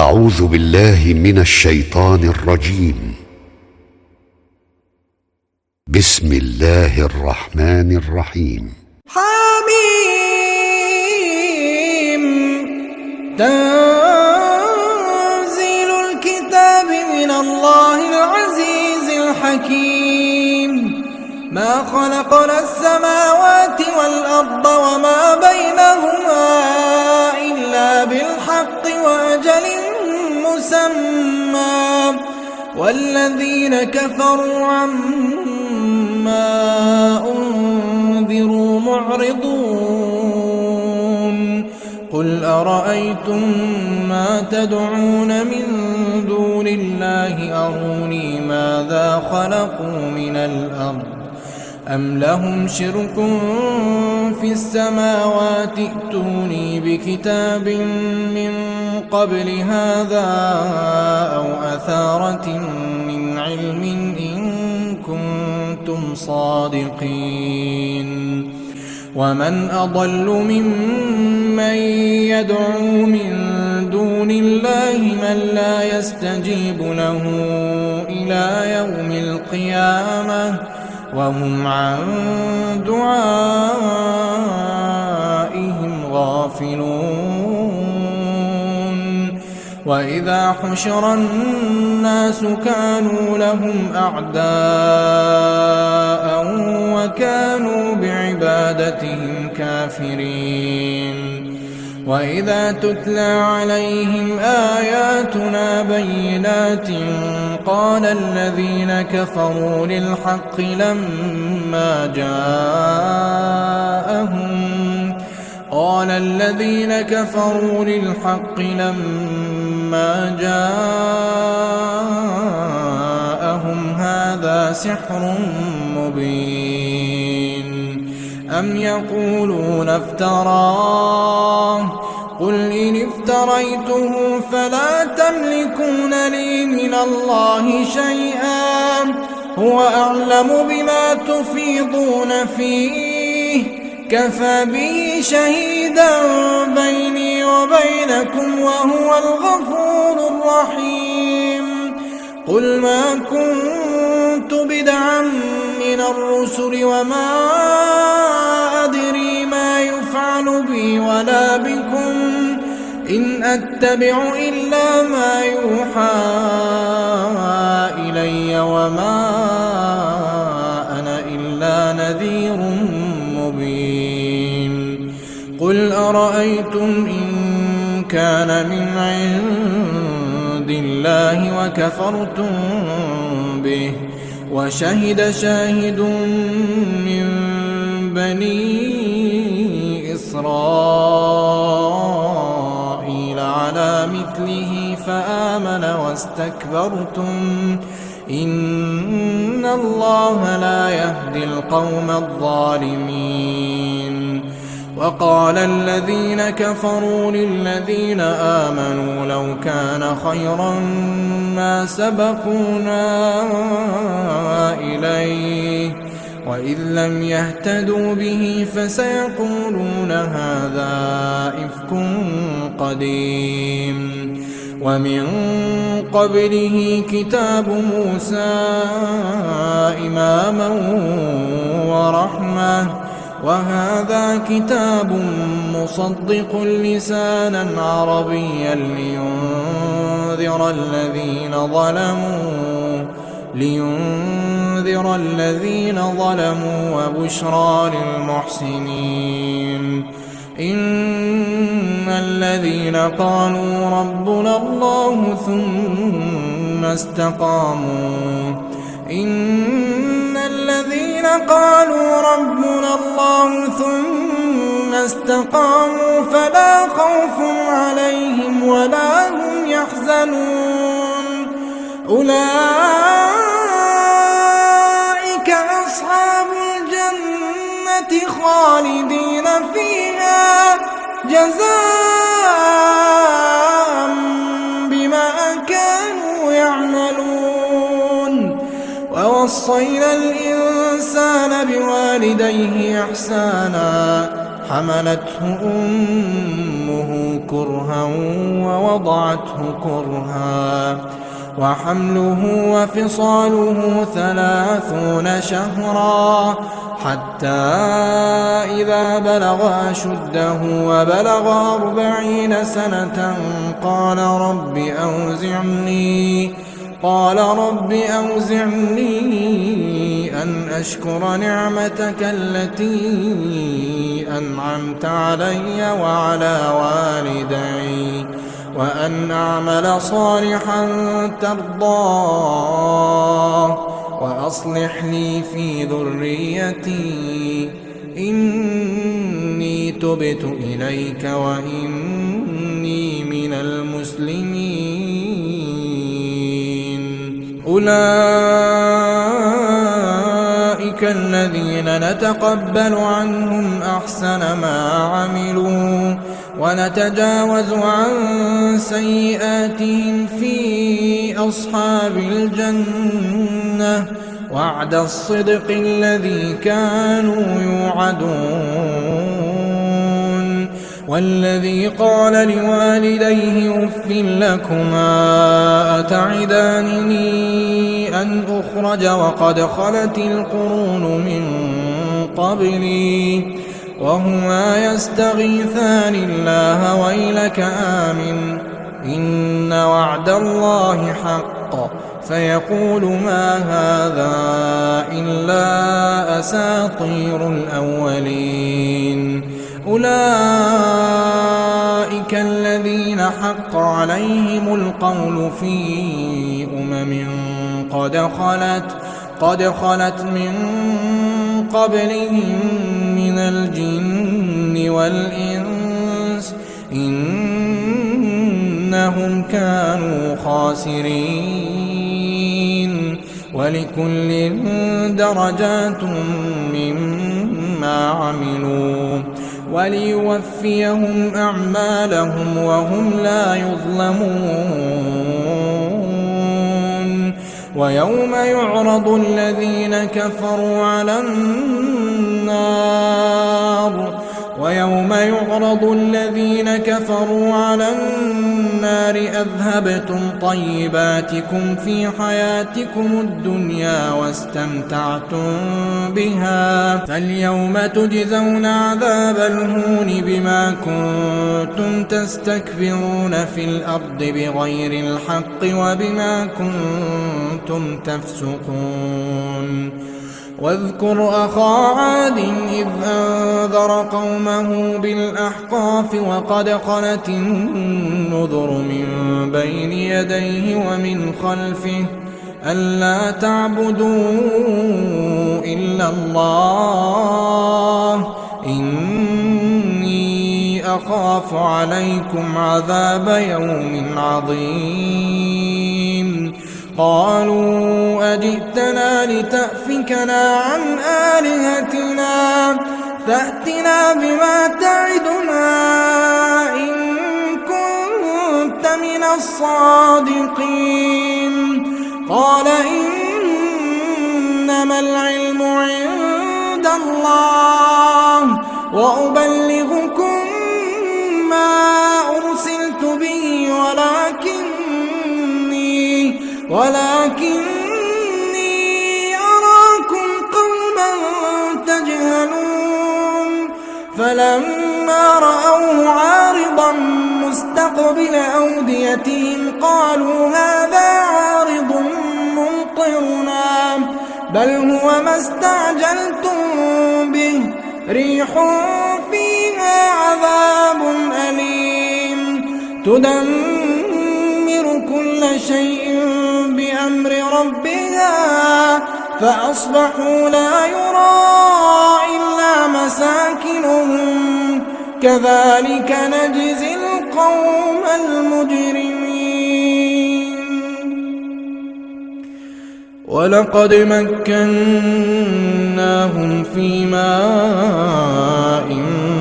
أعوذ بالله من الشيطان الرجيم. بسم الله الرحمن الرحيم. حميم. تنزيل الكتاب من الله العزيز الحكيم. ما خلقنا السماوات والأرض وما بينهما إلا بالحق وأجل مسمى والذين كفروا عما أنذروا معرضون. قل أرأيتم ما تدعون من دون الله أروني ماذا خلقوا من الأرض أم لهم شرك في السماوات ائتوني بكتاب من قبل هذا أو أثارة من علم إن كنتم صادقين. ومن أضل ممن يدعو من دون الله من لا يستجيب له إلى يوم القيامة وهم عن دعائهم غافلون. وإذا حشر الناس كانوا لهم أعداء وكانوا بعبادتهم كافرين. وإذا تتلى عليهم آياتنا بينات قال الذين كفروا للحق لما جاءهم هذا سحر مبين أم يقولون افتراه قل إن افتريته فلا تملكون لي من الله شيئا هو أعلم بما تفيضون فيه كفى به شهيدا بيني وبينكم وهو الغفور الرحيم. قل ما كنت بدعا من الرسل وما أدري ما يفعل بي ولا بكم إن أتبع إلا ما يوحى إلي وما أنا إلا نذير مبين. قل أرأيتم إن كان من عند الله وكفرتم به وشهد شاهد من بني إسرائيل على مثله فآمن واستكبرتم إن الله لا يهدي القوم الظالمين. وقال الذين كفروا للذين آمنوا لو كان خيرا ما سبقونا إليه وإذ لم يهتدوا به فسيقولون هذا إفك قديم. ومن قبله كتاب موسى إماما ورحمة وهذا كتاب مصدق لسانا عربيا لينذر الذين ظلموا وبشرى للمحسنين. إن الذين قالوا ربنا الله ثم استقاموا فلا خوف عليهم ولا هم يحزنون. أولئك أصحاب الجنة خالدين فيها جزاء بما كانوا يعملون. ووصينا الإنسان بوالديه إحسانا حملته أمه كرها ووضعته كرها وحمله وفصاله 30 شهرا حتى إذا بلغ أشده وبلغ 40 سنة قال رب أوزعني أن أشكر نعمتك التي أنعمت علي وعلى والدي وأن أعمل صالحا ترضاه وأصلح لي في ذريتي إني تبت إليك وإني من المسلمين. أولئك الذين نتقبل عنهم أحسن ما عملوا ونتجاوز عن سيئاتهم في أصحاب الجنة وعد الصدق الذي كانوا يوعدون. والذي قال لوالديه أف لكما أتعدانني أن أخرج وقد خلت القرون من قبلي وهما يستغيثان الله ويلك آمن إن وعد الله حق فيقول ما هذا إلا أساطير الأولين. أولئك الذين حق عليهم القول في قد خلت من قبلهم من الجن والإنس إنهم كانوا خاسرين. ولكل درجات مما عملوا وليوفيهم أعمالهم وهم لا يظلمون. ويوم يعرض الذين كفروا على النار أذهبتم طيباتكم في حياتكم الدنيا واستمتعتم بها فاليوم تجزون عذاب الهون بما كنتم تستكبرون في الأرض بغير الحق وبما كنتم تفسقون. واذكر أخا عاد إذ أنذر قومه بالأحقاف وقد خلت النذر من بين يديه ومن خلفه ألا تعبدوا إلا الله إني أخاف عليكم عذاب يوم عظيم. قالوا أجئتنا لتأفكنا عن آلهتنا فأتنا بما تعدنا إن كنت من الصادقين. قال إنما العلم عند الله وأبلغكم ما أرسلت به ولكني أراكم قوما تجهلون. فلما رأوه عارضا مستقبل أوديتهم قالوا هذا عارض ممطرنا بل هو ما استعجلتم به ريح فيها عذاب أليم تدمر كل شيء بأمر ربها فأصبحوا لا يرى إلا مساكنهم كذلك نجزي القوم المجرمين. ولقد مكناهم في ماء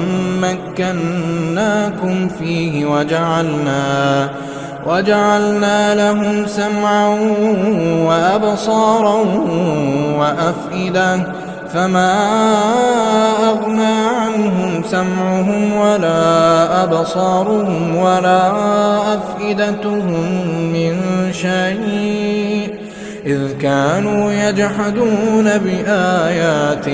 مكناكم فيه وجعلنا لهم سمعا وأبصارا وأفئدة فما أغنى عنهم عنهم سمعهم ولا أبصارهم ولا أفئدتهم من شيء إذ كانوا يجحدون بآيات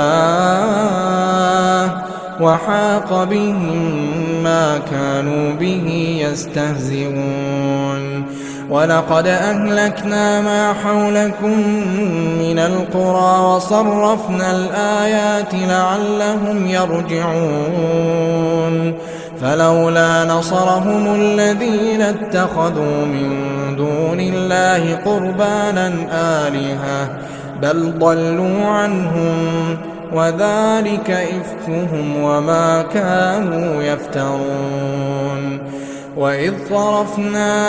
الله وحاق بهم ما كانوا به يستهزئون. ولقد أهلكنا ما حولكم من القرى وصرفنا الآيات لعلهم يرجعون. فلولا نصرهم الذين اتخذوا من دون الله قربانا آلهة بل ضلوا عنهم وذلك إفكهم وما كانوا يفترون. وإذ صرفنا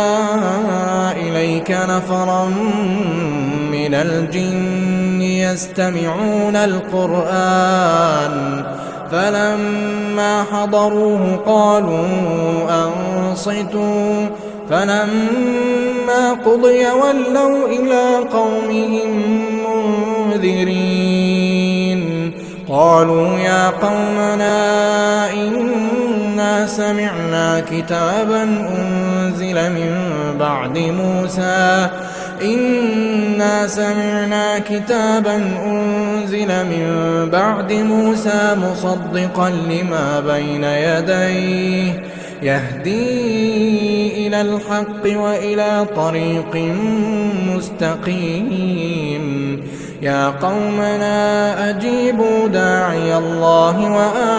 إليك نفرا من الجن يستمعون القرآن فلما حضروه قالوا أنصتوا فلما قضي ولوا إلى قومهم منذرين. قالوا يا قومنا إنا سمعنا كتابا أنزل من بعد موسى مصدقا لما بين يديه يهدي إلى الحق وإلى طريق مستقيم. يا قومنا أجيبوا داعي الله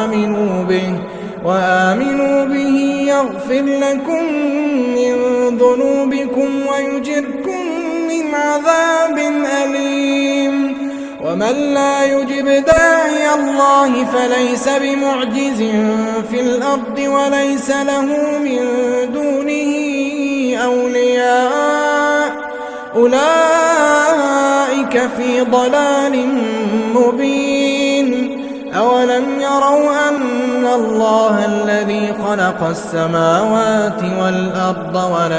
وآمنوا به يغفر لكم من ذنوبكم ويجركم من عذاب أليم. ومن لا يجب داعي الله فليس بمعجز في الأرض وليس له من دونه أولياء أولئك في ضلال مبين. أولم يروا أن الله الذي خلق السماوات والأرض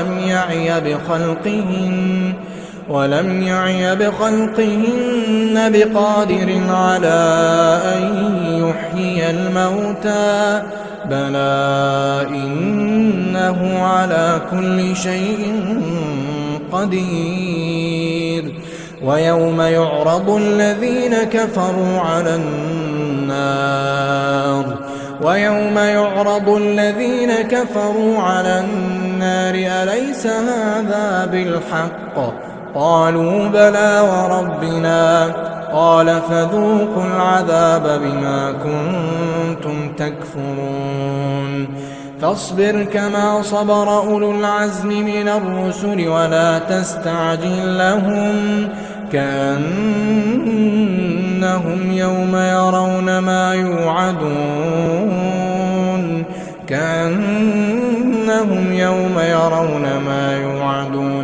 ولم يعي بخلقهن بقادر على أن يحيي الموتى بلى إنه على كل شيء قدير. ويوم يعرض الذين كفروا على النار أليس هذا بالحق؟ قالوا بلى وربنا. قال فذوقوا العذاب بما كنتم تكفرون. فاصبر كما صبر أولو العزم من الرسل ولا تستعجل لهم كأنهم يوم يرون ما يوعدون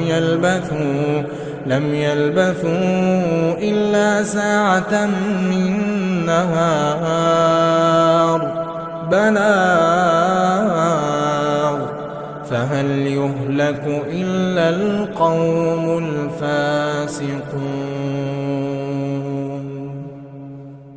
لم يلبثوا إلا ساعة من نهار بلاغ فهل يهلك إلا القوم الفاسقون.